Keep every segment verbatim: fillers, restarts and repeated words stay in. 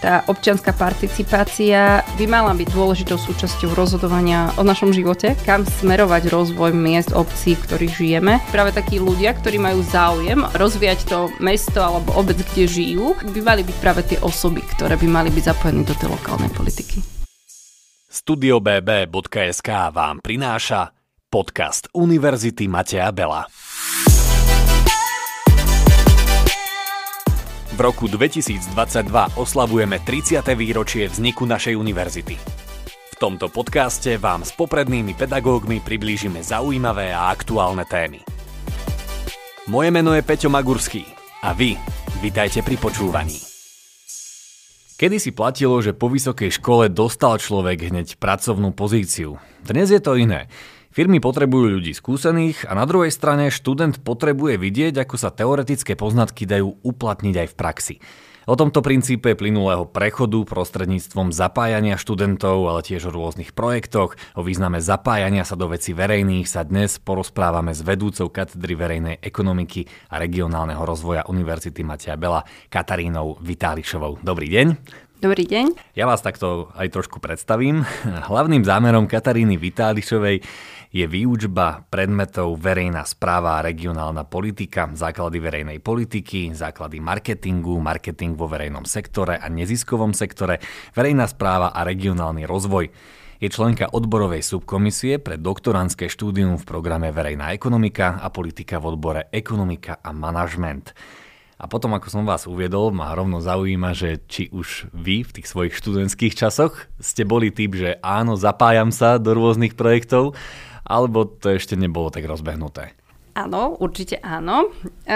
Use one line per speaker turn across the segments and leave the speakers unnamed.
Tá občianska participácia by mala byť dôležitou súčasťou rozhodovania o našom živote, kam smerovať rozvoj miest, obcí, v ktorých žijeme. Práve takí ľudia, ktorí majú záujem rozvíjať to mesto alebo obec, kde žijú, by mali byť práve tie osoby, ktoré by mali byť zapojení do tej lokálnej politiky.
Studio bé bé bodka es ká vám prináša podcast Univerzity Mateja Bela. V roku dvetisícdvadsaťdva oslavujeme tridsiate výročie vzniku našej univerzity. V tomto podcaste vám s poprednými pedagógmi priblížime zaujímavé a aktuálne témy. Moje meno je Peťo Magurský a vy vitajte pri počúvaní. Kedysi platilo, že po vysokej škole dostal človek hneď pracovnú pozíciu. Dnes je to iné. Firmy potrebujú ľudí skúsených a na druhej strane študent potrebuje vidieť, ako sa teoretické poznatky dajú uplatniť aj v praxi. O tomto princípe plynulého prechodu prostredníctvom zapájania študentov, ale tiež o rôznych projektoch, o význame zapájania sa do vecí verejných sa dnes porozprávame s vedúcou katedry verejnej ekonomiky a regionálneho rozvoja Univerzity Mateja Bela Katarínou Vitálišovou. Dobrý deň.
Dobrý deň.
Ja vás takto aj trošku predstavím. Hlavným zámerom Kataríny Vitálišovej je výučba predmetov verejná správa a regionálna politika, základy verejnej politiky, základy marketingu, marketing vo verejnom sektore a neziskovom sektore, verejná správa a regionálny rozvoj. Je členka odborovej subkomisie pre doktorandské štúdium v programe Verejná ekonomika a politika v odbore Ekonomika a manažment. A potom, ako som vás uviedol, ma rovno zaujíma, že či už vy v tých svojich študentských časoch ste boli typ, že áno, zapájam sa do rôznych projektov, alebo to ešte nebolo tak rozbehnuté?
Áno, určite áno.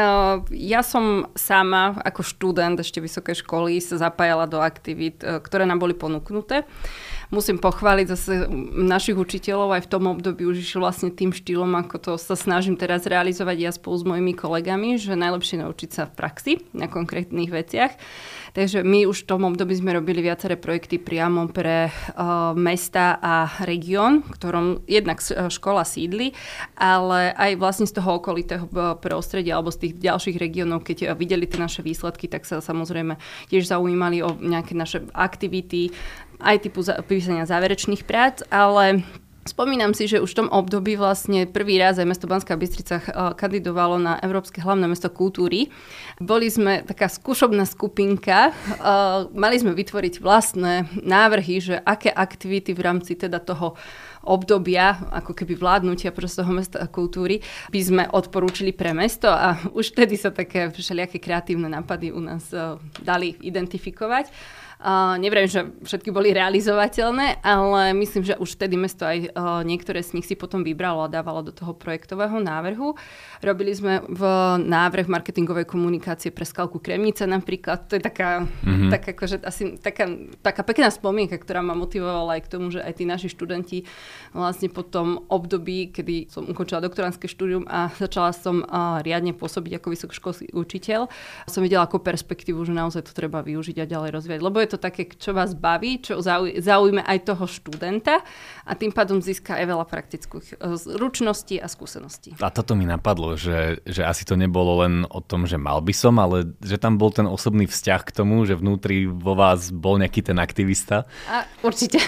Ja som sama ako študent ešte vysokej školy sa zapájala do aktivít, ktoré nám boli ponúknuté. Musím pochváliť zase našich učiteľov aj v tom období už išlo vlastne tým štýlom, ako to sa snažím teraz realizovať ja spolu s mojimi kolegami, že najlepšie naučiť sa v praxi na konkrétnych veciach. Takže my už v tom období sme robili viaceré projekty priamo pre uh, mesta a región, v ktorom jednak škola sídli, ale aj vlastne z toho okolitého prostredia alebo z tých ďalších regiónov, keď videli tie naše výsledky, tak sa samozrejme tiež zaujímali o nejaké naše aktivity, aj typu písania záverečných prác, ale spomínam si, že už v tom období vlastne prvý raz aj mesto Banská Bystrica kandidovalo na Európske hlavné mesto kultúry. Boli sme taká skúšobná skupinka, mali sme vytvoriť vlastné návrhy, že aké aktivity v rámci teda toho obdobia, ako keby vládnutia proste toho mesta kultúry, by sme odporúčili pre mesto a už vtedy sa také všelijaké kreatívne nápady u nás dali identifikovať. Uh, neviem, že všetky boli realizovateľné, ale myslím, že už vtedy mesto aj uh, niektoré z nich si potom vybralo a dávalo do toho projektového návrhu. Robili sme v návrh marketingovej komunikácie pre Skalku Kremnica napríklad. To je taká, mm-hmm. tak akože asi taká, taká pekná spomienka, ktorá ma motivovala aj k tomu, že aj tí naši študenti vlastne po tom období, kedy som ukončila doktorandské štúdium a začala som uh, riadne pôsobiť ako vysokoškolský učiteľ, som videla ako perspektívu, že naozaj to treba využiť a ďalej rozvíjať. Lebo je to také, čo vás baví, čo zaujíme aj toho študenta a tým pádom získa aj veľa praktických zručností a skúseností.
A toto mi napadlo, že, že asi to nebolo len o tom, že mal by som, ale že tam bol ten osobný vzťah k tomu, že vnútri vo vás bol nejaký ten aktivista.
A určite.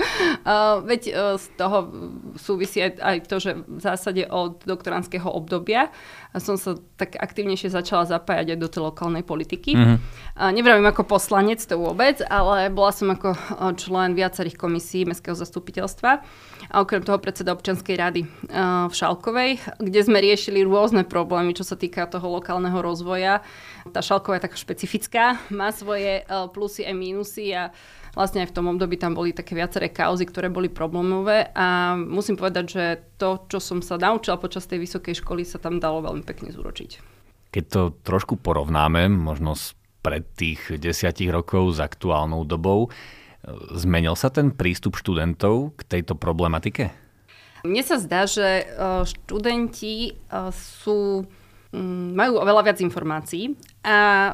uh, veď uh, z toho súvisí aj, aj to, že v zásade od doktorandského obdobia som sa tak aktívnejšie začala zapájať aj do tej lokálnej politiky. Mm-hmm. Uh, nevravím ako poslanec, to vôbec, ale bola som ako člen viacerých komisí mestského zastupiteľstva a okrem toho predseda občianskej rady uh, v Šalkovej, kde sme riešili rôzne problémy, čo sa týka toho lokálneho rozvoja. Tá Šalková je taká špecifická, má svoje uh, plusy a mínusy a vlastne aj v tom období tam boli také viaceré kauzy, ktoré boli problémové a musím povedať, že to, čo som sa naučila počas tej vysokej školy, sa tam dalo veľmi pekne zúročiť.
Keď to trošku porovnáme, možno s pred tých desiatich rokov s aktuálnou dobou, zmenil sa ten prístup študentov k tejto problematike?
Mne sa zdá, že študenti sú, majú oveľa viac informácií a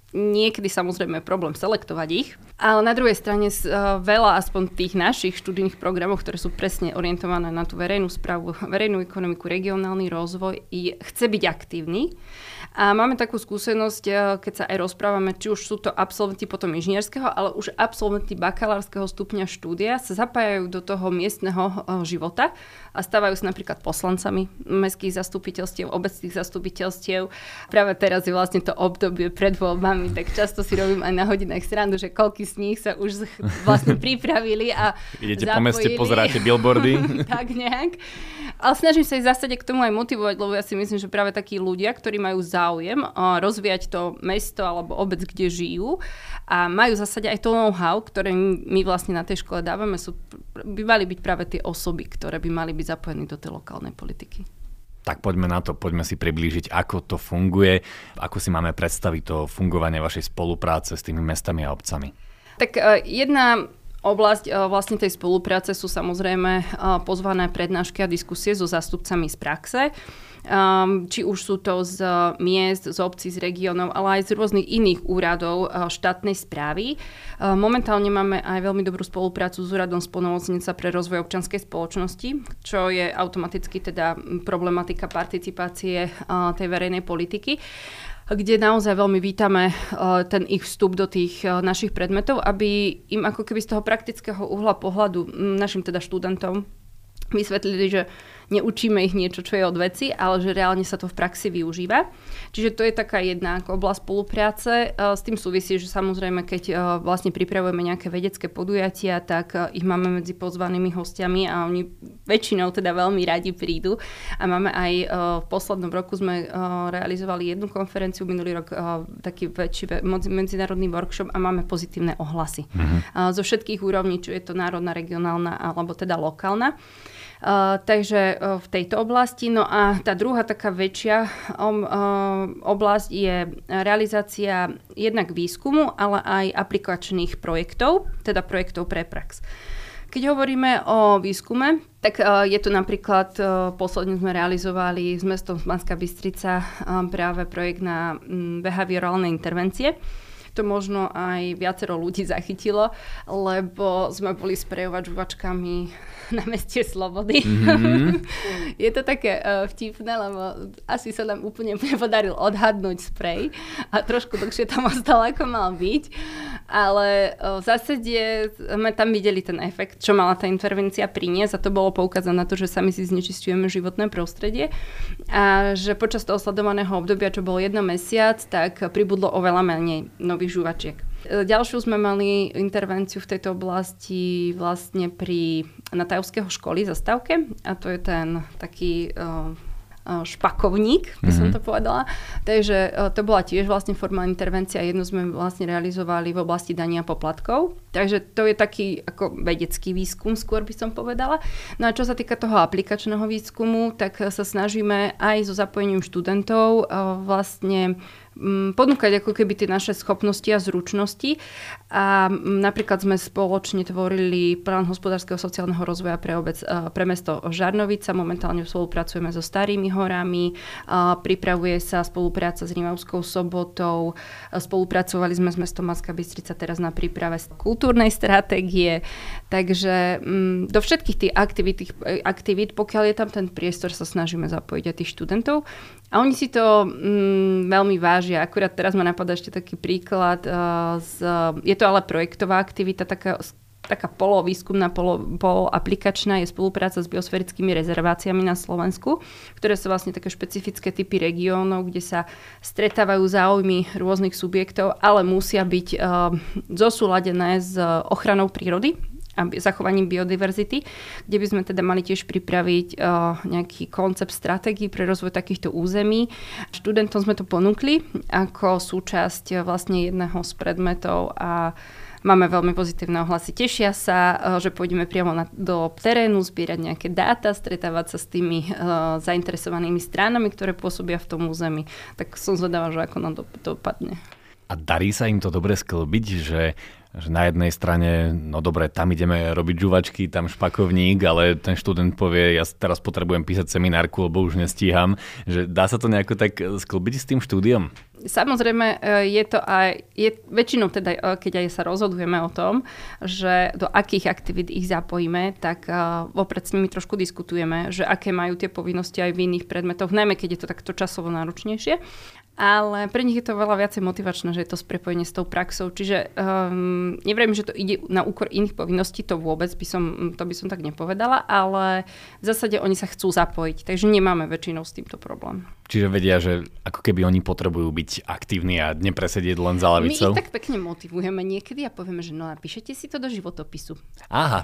Niekedy samozrejme je problém selektovať ich, ale na druhej strane veľa aspoň tých našich študijných programov, ktoré sú presne orientované na tú verejnú správu, verejnú ekonomiku, regionálny rozvoj, chce byť aktívny. A máme takú skúsenosť, keď sa aj rozprávame, či už sú to absolventi potom inžinierského, ale už absolventi bakalárskeho stupňa štúdia sa zapájajú do toho miestneho života a stávajú sa napríklad poslancami mestských zastupiteľstiev, obecných zastupiteľstiev. Práve teraz je vlastne to obdobie pred voľbami, tak často si robím aj na hodinách srandu, že koľky z nich sa už vlastne pripravili a
idete
zapojili.
Po meste, pozeráte billboardy.
Tak nejak. Ale snažím sa ich zásade k tomu aj motivovať, lebo ja si myslím, že práve takí ľudia, ktorí majú záujem rozvíjať to mesto alebo obec, kde žijú a majú v zásade aj to know-how, ktoré my vlastne na tej škole dávame, sú, by mali byť práve tie osoby, ktoré by mali byť zapojení do tej lokálnej politiky.
Tak poďme na to, poďme si priblížiť, ako to funguje, ako si máme predstaviť to fungovanie vašej spolupráce s tými mestami a obcami.
Tak jedna oblasť vlastne tej spolupráce sú samozrejme pozvané prednášky a diskusie so zástupcami z praxe. Um, či už sú to z miest, z obcí, z regiónov, ale aj z rôznych iných úradov uh, štátnej správy. Uh, momentálne máme aj veľmi dobrú spoluprácu s úradom splnomocnenca pre rozvoj občianskej spoločnosti, čo je automaticky teda problematika participácie uh, tej verejnej politiky, kde naozaj veľmi vítame uh, ten ich vstup do tých uh, našich predmetov, aby im ako keby z toho praktického uhla pohľadu m, našim teda študentom vysvetlili, že neučíme ich niečo, čo je od veci, ale že reálne sa to v praxi využíva. Čiže to je taká jedna oblasť spolupráce. S tým súvisí, že samozrejme, keď vlastne pripravujeme nejaké vedecké podujatia, tak ich máme medzi pozvanými hostiami a oni väčšinou teda veľmi radi prídu. A máme aj v poslednom roku sme realizovali jednu konferenciu, minulý rok taký väčší medzinárodný workshop a máme pozitívne ohlasy. Mhm. Zo všetkých úrovní, či je to národná, regionálna alebo teda lokálna. Uh, takže uh, v tejto oblasti. No a tá druhá taká väčšia um, uh, oblasť je realizácia jednak výskumu, ale aj aplikačných projektov, teda projektov pre prax. Keď hovoríme o výskume, tak uh, je tu napríklad, uh, posledne sme realizovali s mestom Banská Bystrica uh, práve projekt na um, behaviorálne intervencie. To možno aj viacero ľudí zachytilo, lebo sme boli sprejovať žuvačkami na meste Slobody. Mm-hmm. Je to také uh, vtipné, lebo asi sa nám úplne nepodaril odhadnúť sprej a trošku dlhšie tam ostal, ako mal byť. Ale uh, v zásade sme tam videli ten efekt, čo mala tá intervencia priniesť a to bolo poukázané na to, že sami si znečisťujeme životné prostredie a že počas toho sledovaného obdobia, čo bolo jedno mesiac, tak pribudlo oveľa menej nových žuvačiek. Ďalšiu sme mali intervenciu v tejto oblasti vlastne pri Natajovského školy zastávke a to je ten taký uh, špakovník, by som to povedala. Takže to bola tiež vlastne forma intervencia. Jednu sme vlastne realizovali v oblasti dania poplatkov. Takže to je taký ako vedecký výskum, skôr by som povedala. No a čo sa týka toho aplikačného výskumu, tak sa snažíme aj so zapojením študentov vlastne ponúkať ako keby tie naše schopnosti a zručnosti. A napríklad sme spoločne tvorili plán hospodárskeho sociálneho rozvoja pre obec, pre mesto Žarnovica. Momentálne spolupracujeme so Starými horami. Pripravuje sa spolupráca s Rimavskou Sobotou. Spolupracovali sme s mestom Banská Bystrica teraz na príprave kultúrnej stratégie. Takže do všetkých tých aktivít, aktivít, pokiaľ je tam ten priestor, sa snažíme zapojiť aj tých študentov. A oni si to mm, veľmi vážia. Akurát teraz ma napadá ešte taký príklad. Uh, z, je to ale projektová aktivita, taká, taká polovýskumná, polo, poloaplikačná, je spolupráca s biosférickými rezerváciami na Slovensku, ktoré sú vlastne také špecifické typy regiónov, kde sa stretávajú záujmy rôznych subjektov, ale musia byť uh, zosúladené s ochranou prírody a zachovaním biodiverzity, kde by sme teda mali tiež pripraviť uh, nejaký koncept stratégií pre rozvoj takýchto území. Študentom sme to ponúkli ako súčasť uh, vlastne jedného z predmetov a máme veľmi pozitívne ohlasy. Tešia sa, uh, že pôjdeme priamo na, do terénu, zbierať nejaké dáta, stretávať sa s tými uh, zainteresovanými stranami, ktoré pôsobia v tom území. Tak som zvedavá, že ako nám to dopadne.
A darí sa im to dobre sklbiť, že, že na jednej strane, no dobre, tam ideme robiť žuvačky, tam špakovník, ale ten študent povie, ja teraz potrebujem písať seminárku, lebo už nestíham. Že dá sa to nejako tak sklbiť s tým štúdiom?
Samozrejme, je to aj, je väčšinou teda, keď aj sa rozhodujeme o tom, že do akých aktivít ich zapojíme, tak vopred s nimi trošku diskutujeme, že aké majú tie povinnosti aj v iných predmetoch, najmä keď je to takto časovo náročnejšie. Ale pre nich je to veľa viacej motivačné, že je to sprepojenie s tou praxou. Čiže um, neviem, že to ide na úkor iných povinností, to vôbec by som, to by som tak nepovedala, ale v zásade oni sa chcú zapojiť, takže nemáme väčšinou s týmto problém.
Čiže vedia, že ako keby oni potrebujú byť aktívni a nepresedieť len za lavicou?
My ich tak pekne motivujeme niekedy a povieme, že no napíšete si to do životopisu.
Aha.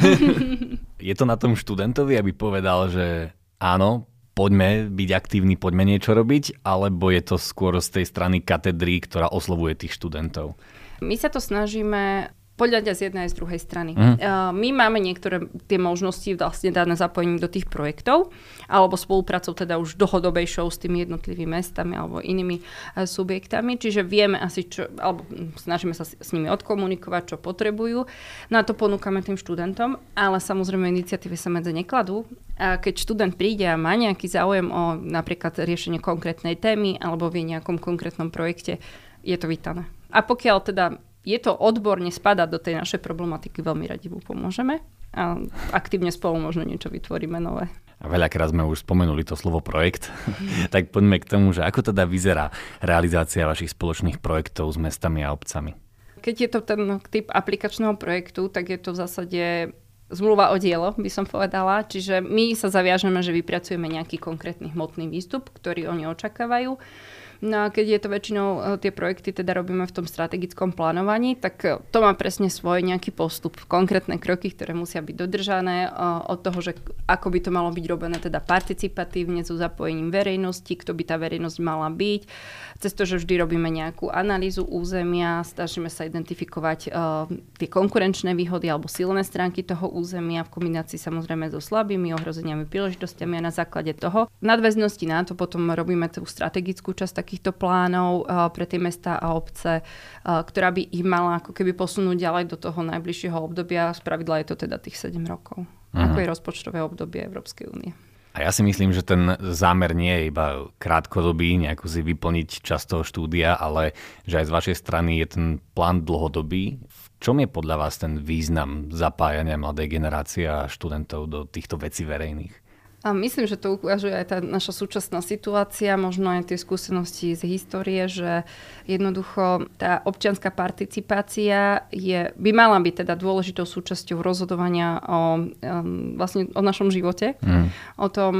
Je to na tom študentovi, aby povedal, že áno, poďme byť aktívni, poďme niečo robiť, alebo je to skôr z tej strany katedry, ktorá oslovuje tých študentov?
My sa to snažíme podľať z jednej aj z druhej strany. Mm. My máme niektoré tie možnosti vlastne dané zapojením do tých projektov, alebo spoluprácou teda už dlhodobejšou s tými jednotlivými mestami alebo inými subjektami, čiže vieme asi, čo, alebo snažíme sa s nimi odkomunikovať, čo potrebujú. No a to ponúkame tým študentom, ale samozrejme iniciatívy sa medzi nekladú. A keď študent príde a má nejaký záujem o napríklad riešenie konkrétnej témy alebo vie nejakom konkrétnom projekte, je to vítané. A pokiaľ teda je to odborne spadať do tej našej problematiky, veľmi radi mu pomôžeme a aktívne spolu možno niečo vytvoríme nové.
A veľakrát sme už spomenuli to slovo projekt, tak poďme k tomu, že ako teda vyzerá realizácia vašich spoločných projektov s mestami a obcami.
Keď je to ten typ aplikačného projektu, tak je to v zásade zmluva o dielo, by som povedala. Čiže my sa zaviažeme, že vypracujeme nejaký konkrétny hmotný výstup, ktorý oni očakávajú. No a keď je to väčšinou, tie projekty teda robíme v tom strategickom plánovaní, tak to má presne svoj nejaký postup, konkrétne kroky, ktoré musia byť dodržané od toho, že ako by to malo byť robené teda participatívne, so zapojením verejnosti, kto by tá verejnosť mala byť, cez to, že vždy robíme nejakú analýzu územia, snažíme sa identifikovať uh, tie konkurenčné výhody alebo silné stránky toho územia v kombinácii samozrejme so slabými ohrozeniami, príležitosťami a na základe toho. V nadväznosti na to potom robíme tú strategickú časť takýchto plánov uh, pre tie mestá a obce, uh, ktorá by ich mala ako keby posunúť ďalej do toho najbližšieho obdobia. Spravidla je to teda tých sedem rokov. Uh-huh. Ako je rozpočtové obdobie Európskej únie.
A ja si myslím, že ten zámer nie je iba krátkodobý, nejako si vyplniť čas toho štúdia, ale že aj z vašej strany je ten plán dlhodobý. V čom je podľa vás ten význam zapájania mladej generácie a študentov do týchto vecí verejných?
A myslím, že to ukazuje aj tá naša súčasná situácia, možno aj tie skúsenosti z histórie, že jednoducho tá občianska participácia je, by mala byť teda dôležitou súčasťou rozhodovania o, um, vlastne o našom živote, mm. o tom,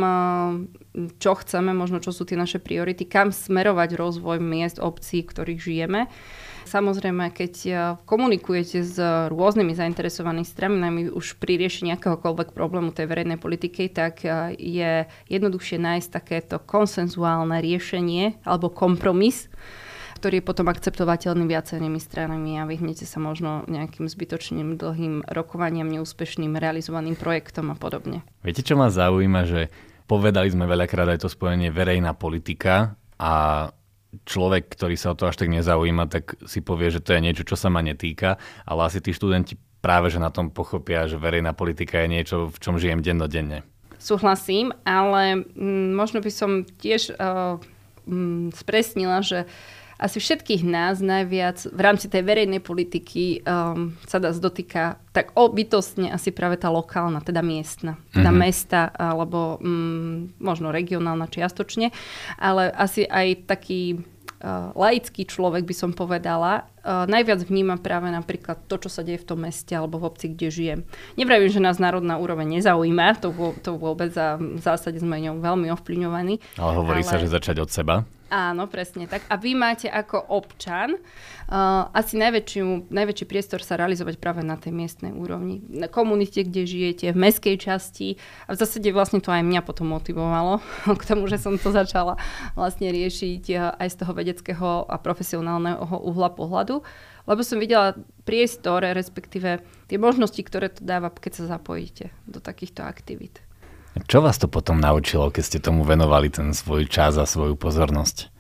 čo chceme, možno čo sú tie naše priority, kam smerovať rozvoj miest, obcí, v ktorých žijeme. Samozrejme, keď komunikujete s rôznymi zainteresovanými stranami už pri riešení akéhokoľvek problému tej verejnej politiky, tak je jednoduchšie nájsť takéto konsenzuálne riešenie alebo kompromis, ktorý je potom akceptovateľný viacerými stranami a vyhnete sa možno nejakým zbytočným dlhým rokovaniam, neúspešným realizovaným projektom a podobne.
Viete, čo ma zaujíma, že povedali sme veľakrát aj to spojenie verejná politika a človek, ktorý sa o to až tak nezaujíma, tak si povie, že to je niečo, čo sa ma netýka, ale asi tí študenti práve že na tom pochopia, že verejná politika je niečo, v čom žijem dennodenne.
Súhlasím, ale m, možno by som tiež uh, m, spresnila, že asi všetkých nás najviac v rámci tej verejnej politiky um, sa dá dotýka tak bytostne asi práve tá lokálna, teda miestna, teda mm-hmm. mesta alebo um, možno regionálna čiastočne, ale asi aj taký uh, laický človek by som povedala, uh, najviac vníma práve napríklad to, čo sa deje v tom meste alebo v obci, kde žijem. Nevravím, že nás národná úroveň nezaujíma, to, to vôbec a v zásade sme ňou veľmi ovplyvňovaní.
Ale hovorí ale... sa, že začať od seba.
Áno, presne tak. A vy máte ako občan uh, asi najväčší, najväčší priestor sa realizovať práve na tej miestnej úrovni. Na komunite, kde žijete, v mestskej časti. A v zásade vlastne to aj mňa potom motivovalo k tomu, že som to začala vlastne riešiť uh, aj z toho vedeckého a profesionálneho uhla pohľadu. Lebo som videla priestor, respektíve tie možnosti, ktoré to dáva, keď sa zapojíte do takýchto aktivít.
Čo vás to potom naučilo, keď ste tomu venovali ten svoj čas a svoju pozornosť?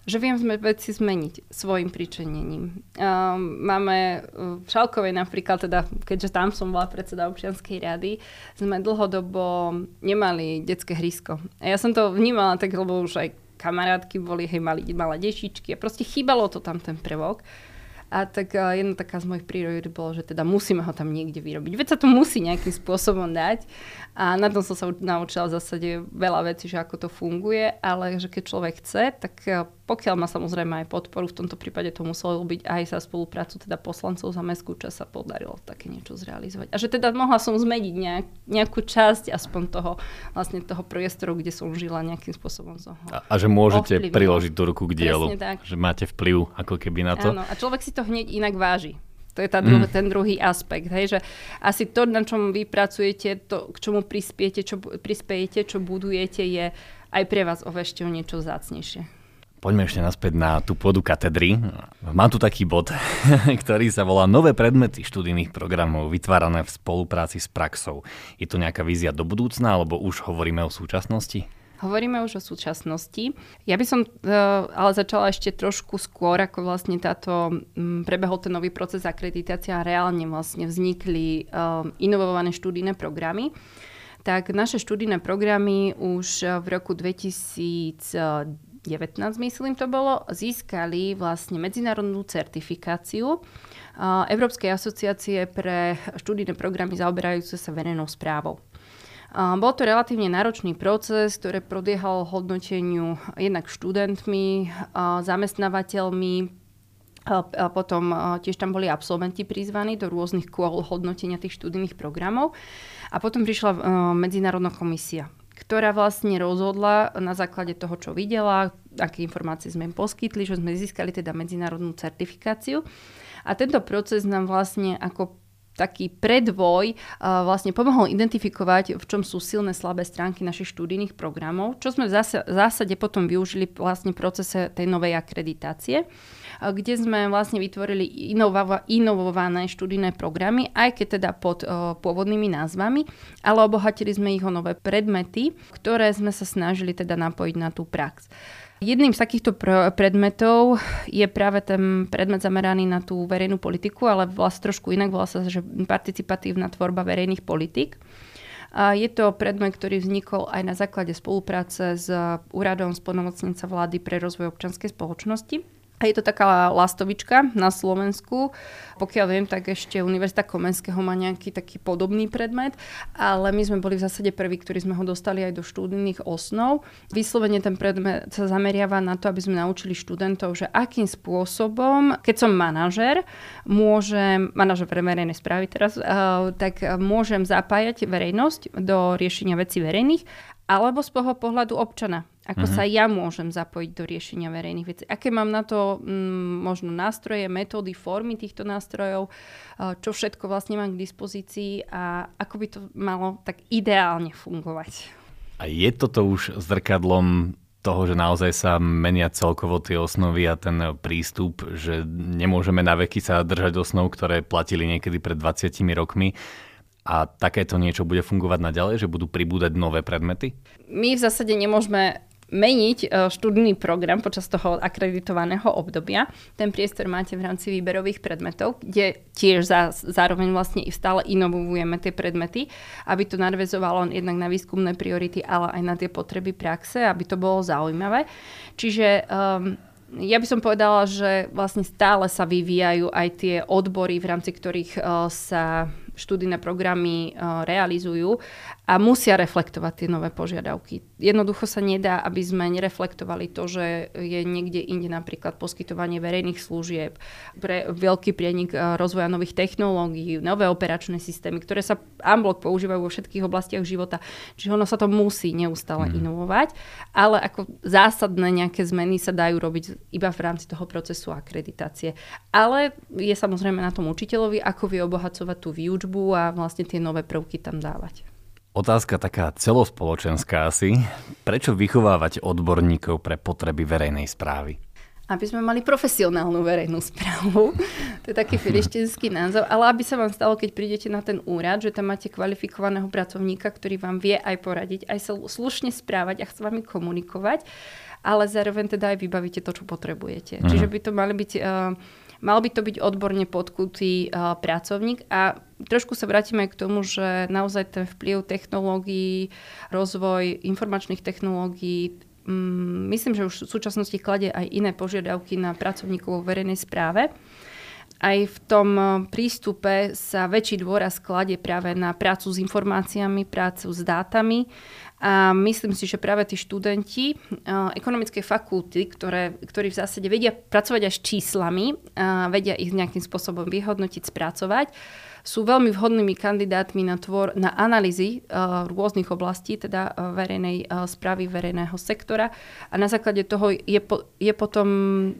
že viem veci zmeniť svojim pričenením. Um, máme v Šalkovej napríklad, teda, keďže tam som bola predseda občianskej rady, sme dlhodobo nemali detské hrysko. A ja som to vnímala tak, lebo už aj kamarátky boli, hej, mali malé dečičky a proste chýbalo to tam ten prvok. A tak uh, jedna taká z mojich priorít bolo, že teda musíme ho tam niekde vyrobiť. Veď sa to musí nejakým spôsobom dať. A na tom som sa naučila v zásade veľa vecí, že ako to funguje, ale že keď človek chce, tak uh, pokiaľ má samozrejme aj podporu, v tomto prípade to muselo byť aj za spoluprácu teda poslancov za mestskú časť sa podarilo také niečo zrealizovať. A že teda mohla som zmeniť nejak, nejakú časť aspoň toho, vlastne toho priestoru, kde som žila nejakým spôsobom.
A, a že môžete
ovplyvniť.
Priložiť tú ruku k dielu, že máte vplyv ako keby na to.
Áno, a človek si to hneď inak váži. To je tá dru- mm. ten druhý aspekt, hej, že asi to, na čom vy pracujete, to, k čomu prispiejete, čo, prispiejete, čo budujete, je aj pre vás ešte o niečo vzácnejšie.
Poďme ešte naspäť na tú pôdu katedry. Mám tu taký bod, ktorý sa volá Nové predmety študijných programov vytvárané v spolupráci s praxou. Je to nejaká vízia do budúcna, alebo už hovoríme o súčasnosti?
Hovoríme už o súčasnosti. Ja by som uh, ale začala ešte trošku skôr, ako vlastne táto um, prebehol ten nový proces akreditácie a reálne vlastne vznikli um, inovované študijné programy. Tak naše študijné programy už v roku dvetisícdevätnásť, myslím to bolo, získali vlastne medzinárodnú certifikáciu uh, Európskej asociácie pre študijné programy zaoberajúce sa verejnou správou. Bol to relatívne náročný proces, ktorý probiehal hodnoteniu jednak študentmi, zamestnávateľmi, a potom tiež tam boli absolventi prizvaní do rôznych kôl hodnotenia tých študijných programov. A potom prišla medzinárodná komisia, ktorá vlastne rozhodla na základe toho, čo videla, aké informácie sme im poskytli, že sme získali teda medzinárodnú certifikáciu. A tento proces nám vlastne ako taký predvoj uh, vlastne pomohol identifikovať, v čom sú silné, slabé stránky našich študijných programov, čo sme v zásade potom využili vlastne v procese tej novej akreditácie, uh, kde sme vlastne vytvorili inova- inovované študijné programy, aj keď teda pod uh, pôvodnými názvami, ale obohatili sme ich o nové predmety, ktoré sme sa snažili teda napojiť na tú prax. Jedným z takýchto pr- predmetov je práve ten predmet zameraný na tú verejnú politiku, ale vlastne trošku inak, volá sa, že participatívna tvorba verejných politik. A je to predmet, ktorý vznikol aj na základe spolupráce s úradom splnomocnenca vlády pre rozvoj občianskej spoločnosti. A je to taká lastovička na Slovensku. Pokiaľ viem, tak ešte Univerzita Komenského má nejaký taký podobný predmet, ale my sme boli v zásade prví, ktorí sme ho dostali aj do študijných osnov. Vyslovene ten predmet sa zameriava na to, aby sme naučili študentov, že akým spôsobom, keď som manažér, môžem, manažér pre verejnej správy teraz, uh, tak môžem zapájať verejnosť do riešenia vecí verejných, alebo z toho pohľadu občana. Ako uh-huh. sa ja môžem zapojiť do riešenia verejných vecí. Aké mám na to m, možno nástroje, metódy, formy týchto nástrojov, čo všetko vlastne mám k dispozícii a ako by to malo tak ideálne fungovať.
A je toto už zrkadlom toho, že naozaj sa menia celkovo tie osnovy a ten prístup, že nemôžeme na veky sa držať osnov, ktoré platili niekedy pred dvadsiatimi rokmi, a takéto niečo bude fungovať naďalej, že budú pribúdať nové predmety? My
v zásade nemôžeme meniť študijný program počas toho akreditovaného obdobia. Ten priestor máte v rámci výberových predmetov, kde tiež za, zároveň vlastne stále inovujeme tie predmety, aby to nadväzovalo jednak na výskumné priority, ale aj na tie potreby praxe, aby to bolo zaujímavé. Čiže um, ja by som povedala, že vlastne stále sa vyvíjajú aj tie odbory, v rámci ktorých uh, sa študijné programy uh, realizujú a musia reflektovať tie nové požiadavky. Jednoducho sa nedá, aby sme nereflektovali to, že je niekde inde napríklad poskytovanie verejných služieb, pre veľký prienik uh, rozvoja nových technológií, nové operačné systémy, ktoré sa en bloc používajú vo všetkých oblastiach života. Čiže ono sa to musí neustále mm. inovovať, ale ako zásadné nejaké zmeny sa dajú robiť iba v rámci toho procesu akreditácie. Ale je samozrejme na tom učiteľovi, ako vie obohacovať tú výučbu a vlastne tie nové prvky tam dávať.
Otázka taká celospoločenská asi. Prečo vychovávať odborníkov pre potreby verejnej správy?
Aby sme mali profesionálnu verejnú správu. To je taký filištinský názov. Ale aby sa vám stalo, keď prídete na ten úrad, že tam máte kvalifikovaného pracovníka, ktorý vám vie aj poradiť, aj sa slušne správať a chce s vami komunikovať. ale zároveň teda aj vybavíte to, čo potrebujete.
Mhm.
Čiže by to mali byť... Uh, Mal by to byť odborne podkutý uh, pracovník a trošku sa vrátime k tomu, že naozaj ten vplyv technológií, rozvoj informačných technológií, um, myslím, že už v súčasnosti kladie aj iné požiadavky na pracovníkov vo verejnej správe. Aj v tom prístupe sa väčší dôraz kladie práve na prácu s informáciami, prácu s dátami. A myslím si, že práve tí študenti uh, ekonomickej fakulty, ktoré, ktorí v zásade vedia pracovať až s číslami, uh, vedia ich nejakým spôsobom vyhodnotiť, spracovať, sú veľmi vhodnými kandidátmi na, tvor, na analýzy uh, rôznych oblastí, teda uh, verejnej uh, správy, verejného sektora. A na základe toho je, po, je potom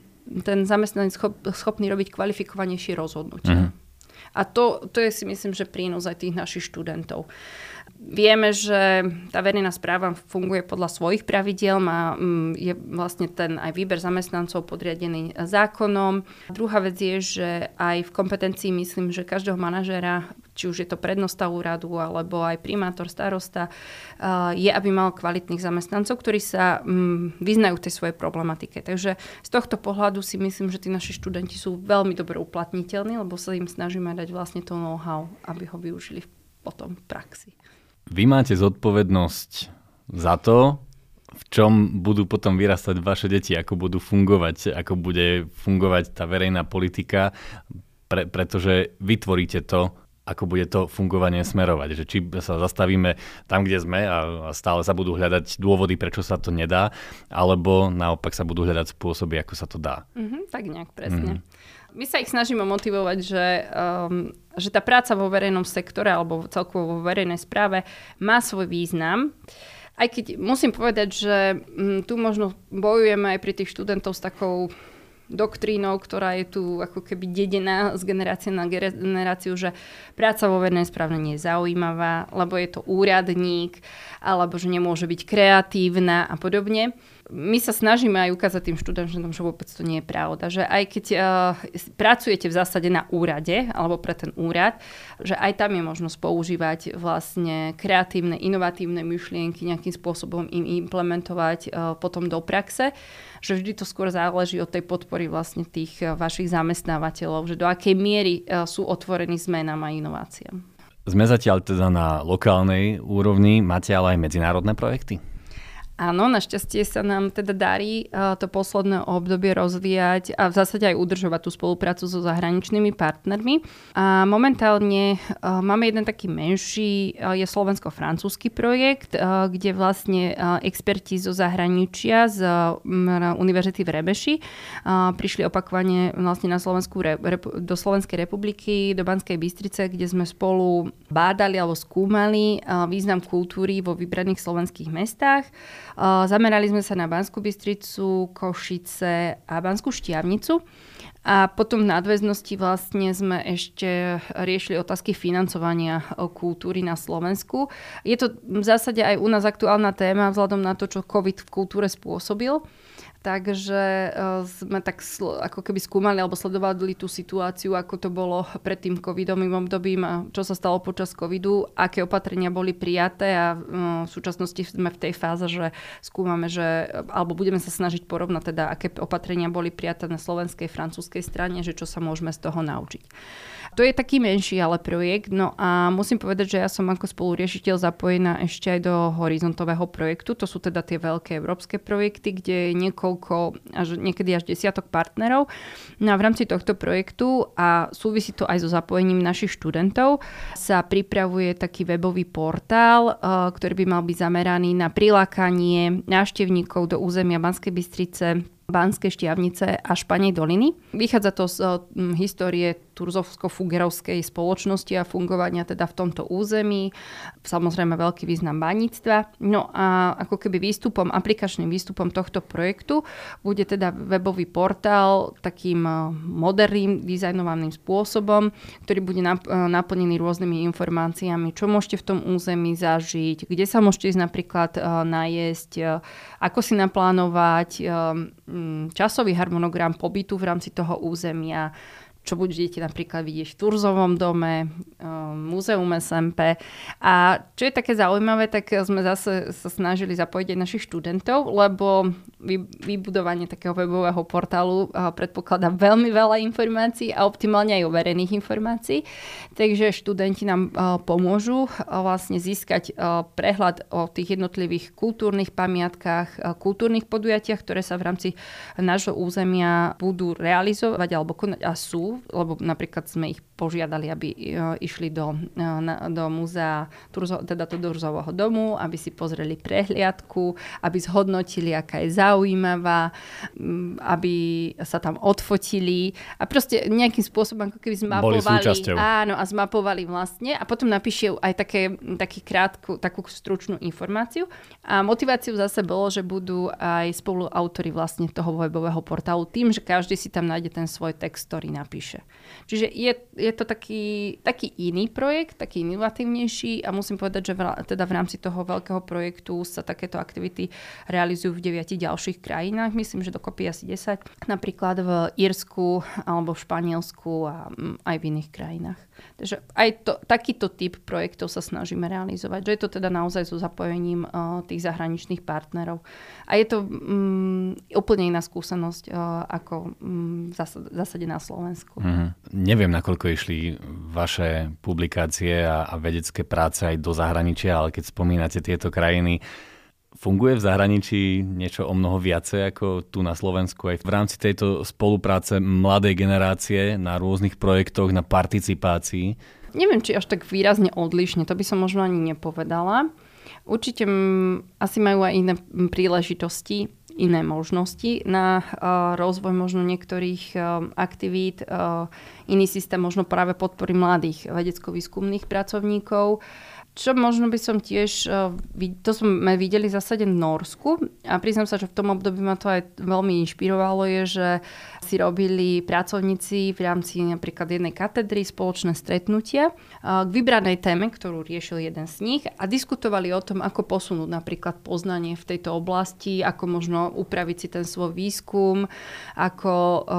ten zamestnanec schop, schopný robiť kvalifikovanejšie rozhodnutia. Mm. A to, to je si myslím, že prínos aj tých našich študentov. Vieme, že tá verejná správa funguje podľa svojich pravidiel, má, je vlastne ten aj výber zamestnancov podriadený zákonom. Druhá vec je, že aj v kompetencii myslím, že každého manažéra, či už je to prednosta úradu, alebo aj primátor, starosta, je, aby mal kvalitných zamestnancov, ktorí sa vyznajú v tej svojej problematike. Takže z tohto pohľadu si myslím, že tí naši študenti sú veľmi dobre uplatniteľní, lebo sa im snažíme dať vlastne to know-how, aby ho využili potom v praxi.
Vy máte zodpovednosť za to, v čom budú potom vyrastať vaše deti, ako budú fungovať, ako bude fungovať tá verejná politika, pre, pretože vytvoríte to, ako bude to fungovanie smerovať. Že či sa zastavíme tam, kde sme a, a stále sa budú hľadať dôvody, prečo sa to nedá, alebo naopak sa budú hľadať spôsoby, ako sa to dá.
Mm-hmm, tak nejak presne. Mm-hmm. My sa ich snažíme motivovať, že, um, že tá práca vo verejnom sektore alebo celkovo vo verejnej správe má svoj význam. Aj keď musím povedať, že um, tu možno bojujeme aj pri tých študentov s takou doktrínou, ktorá je tu ako keby dedená z generácie na generáciu, že práca vo verejnej správe nie je zaujímavá, lebo je to úradník, alebo že nemôže byť kreatívna a podobne. My sa snažíme aj ukázať tým študentom, že vôbec to nie je pravda. Že aj keď uh, pracujete v zásade na úrade, alebo pre ten úrad, že aj tam je možnosť používať vlastne kreatívne, inovatívne myšlienky, nejakým spôsobom im implementovať uh, potom do praxe. Že vždy to skôr záleží od tej podpory vlastne tých uh, vašich zamestnávateľov, že do akej miery uh, sú otvorení zmenám a inováciám.
Sme zatiaľ teda na lokálnej úrovni, máte ale aj medzinárodné projekty?
Áno, našťastie sa nám teda darí uh, to posledné obdobie rozvíjať a v zásade aj udržovať tú spoluprácu so zahraničnými partnermi. A momentálne uh, máme jeden taký menší, uh, je slovensko-francúzsky projekt, uh, kde vlastne uh, experti zo zahraničia z uh, Univerzity v Remeši uh, prišli opakovane vlastne na Slovensku, re, rep, do Slovenskej republiky, do Banskej Bystrice, kde sme spolu bádali alebo skúmali uh, význam kultúry vo vybraných slovenských mestách. Zamerali sme sa na Banskú Bystricu, Košice a Banskú Štiavnicu. A potom v nadväznosti vlastne sme ešte riešili otázky financovania kultúry na Slovensku. Je to v zásade aj u nás aktuálna téma vzhľadom na to, čo COVID v kultúre spôsobil. Takže sme tak ako keby skúmali alebo sledovali tú situáciu, ako to bolo pred tým covidovým obdobím a čo sa stalo počas covidu, aké opatrenia boli prijaté a v súčasnosti sme v tej fáze, že skúmame, že, alebo budeme sa snažiť porovnať teda, aké opatrenia boli prijaté na slovenskej, francúzskej strane, že čo sa môžeme z toho naučiť. To je taký menší ale projekt, no a musím povedať, že ja som ako spoluriešiteľ zapojená ešte aj do horizontového projektu. To sú teda tie veľké európske projekty, kde je niekoľko, až niekedy až desiatok partnerov. No a v rámci tohto projektu, a súvisí to aj so zapojením našich študentov, sa pripravuje taký webový portál, ktorý by mal byť zameraný na prilákanie návštevníkov do územia Banskej Bystrice, Banskej Štiavnice a Španej doliny. Vychádza to z um, histórie turzovsko-fugerovskej spoločnosti a fungovania teda v tomto území. Samozrejme veľký význam baníctva. No a ako keby výstupom, aplikačným výstupom tohto projektu bude teda webový portál takým moderným, dizajnovaným spôsobom, ktorý bude nap- naplnený rôznymi informáciami, čo môžete v tom území zažiť, kde sa môžete ísť napríklad uh, najesť, uh, ako si naplánovať uh, časový harmonogram pobytu v rámci toho územia, čo budete napríklad vidieť v Turzovom dome, Múzeum es em pé. A čo je také zaujímavé, tak sme zase sa snažili zapojiť aj našich študentov, lebo vybudovanie takého webového portálu predpokladá veľmi veľa informácií a optimálne aj o verejných informácií. Takže študenti nám pomôžu vlastne získať prehľad o tých jednotlivých kultúrnych pamiatkách, kultúrnych podujatiach, ktoré sa v rámci nášho územia budú realizovať alebo konať a sú, lebo napríklad sme ich požiadali, aby išli do, do múzea, teda do Turzového domu, aby si pozreli prehliadku, aby zhodnotili, aká je zaujímavá, aby sa tam odfotili a proste nejakým spôsobom ako keby zmapovali.
Boli súčasťou.
Áno, a zmapovali vlastne a potom napíše aj také, taký krátku, takú stručnú informáciu. A motiváciou zase bolo, že budú aj spoluautori vlastne toho webového portálu tým, že každý si tam nájde ten svoj text, ktorý napíše. Čiže je, je to taký, taký iný projekt, taký inovatívnejší a musím povedať, že v, teda v rámci toho veľkého projektu sa takéto aktivity realizujú v deviatich ďalších krajinách. Myslím, že dokopy asi desať. Napríklad v Írsku alebo v Španielsku a aj v iných krajinách. Takže aj to, takýto typ projektov sa snažíme realizovať. Že je to teda naozaj so zapojením uh, tých zahraničných partnerov. A je to um, úplne iná skúsenosť uh, ako um, v zásade na Slovensku.
Mm-hmm. Neviem, nakoľko išli vaše publikácie a, a vedecké práce aj do zahraničia, ale keď spomínate tieto krajiny, funguje v zahraničí niečo o mnoho viacej ako tu na Slovensku aj v rámci tejto spolupráce mladej generácie na rôznych projektoch, na participácii?
Neviem, či až tak výrazne odlišne, to by som možno ani nepovedala. Určite m, asi majú aj iné príležitosti, iné možnosti na uh, rozvoj možno niektorých uh, aktivít. Uh, iný systém možno práve podpory mladých vedecko-výskumných pracovníkov. Čo možno by som tiež, to sme videli v zásade v Norsku a priznám sa, že v tom období ma to aj veľmi inšpirovalo, je, že si robili pracovníci v rámci napríklad jednej katedry spoločné stretnutia k vybranej téme, ktorú riešil jeden z nich a diskutovali o tom, ako posunúť napríklad poznanie v tejto oblasti, ako možno upraviť si ten svoj výskum, ako,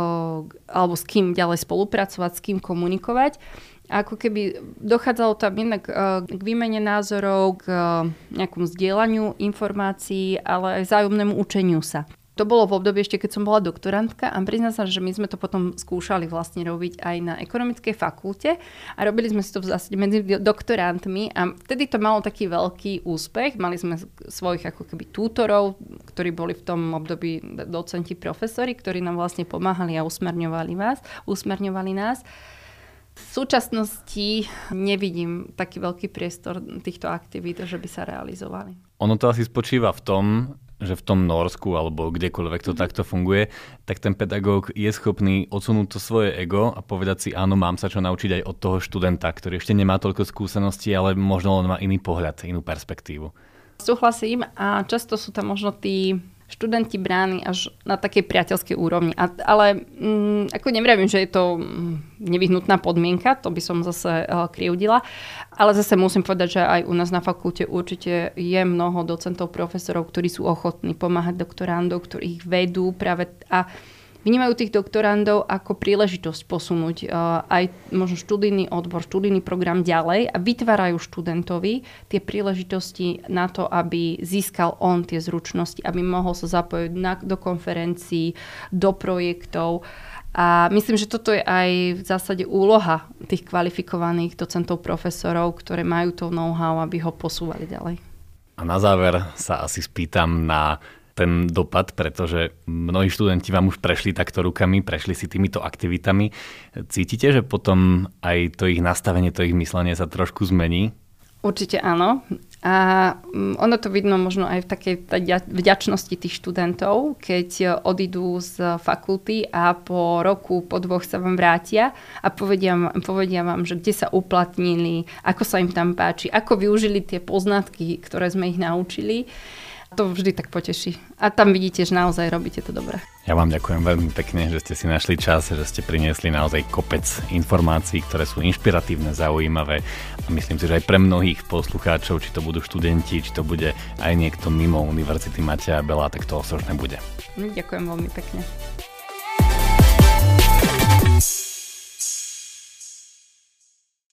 alebo s kým ďalej spolupracovať, s kým komunikovať. Ako keby dochádzalo tam jednak k výmene názorov, k nejakom zdieľaniu informácií, ale aj vzájomnému učeniu sa. To bolo v období ešte, keď som bola doktorantka a priznám sa, že my sme to potom skúšali vlastne robiť aj na ekonomickej fakulte a robili sme si to v zásade medzi doktorantmi a vtedy to malo taký veľký úspech. Mali sme svojich ako keby tútorov, ktorí boli v tom období docenti, profesori, ktorí nám vlastne pomáhali a usmerňovali vás, usmerňovali nás. V súčasnosti nevidím taký veľký priestor týchto aktivít, že by sa realizovali.
Ono to asi spočíva v tom, že v tom Norsku alebo kdekoľvek to mm. takto funguje, tak ten pedagóg je schopný odsunúť to svoje ego a povedať si, áno, mám sa čo naučiť aj od toho študenta, ktorý ešte nemá toľko skúseností, ale možno on má iný pohľad, inú perspektívu. Súhlasím
a často sú tam možno tí študenti bráni až na takej priateľskej úrovni. A, ale mm, ako nevravím, že je to nevyhnutná podmienka, to by som zase uh, kriudila, ale zase musím povedať, že aj u nás na fakulte určite je mnoho docentov, profesorov, ktorí sú ochotní pomáhať doktorandov, ktorí ich vedú práve a vnímajú tých doktorandov ako príležitosť posunúť uh, aj možno študijný odbor, študijný program ďalej a vytvárajú študentovi tie príležitosti na to, aby získal on tie zručnosti, aby mohol sa zapojiť na, do konferencií, do projektov. A myslím, že toto je aj v zásade úloha tých kvalifikovaných docentov, profesorov, ktoré majú to know-how, aby ho posúvali ďalej.
A na záver sa asi spýtam na ten dopad, pretože mnohí študenti vám už prešli takto rukami, prešli si týmito aktivitami. Cítite, že potom aj to ich nastavenie, to ich myslenie sa trošku zmení?
Určite áno. A ono to vidno možno aj v takej vďačnosti tých študentov, keď odídu z fakulty a po roku, po dvoch sa vám vrátia a povedia, povedia vám, že kde sa uplatnili, ako sa im tam páči, ako využili tie poznatky, ktoré sme ich naučili. To vždy tak poteší. A tam vidíte, že naozaj robíte to dobre.
Ja vám ďakujem veľmi pekne, že ste si našli čas, že ste priniesli naozaj kopec informácií, ktoré sú inšpiratívne, zaujímavé. A myslím si, že aj pre mnohých poslucháčov, či to budú študenti, či to bude aj niekto mimo Univerzity Mateja Bela, tak to osožné bude.
Ďakujem veľmi pekne.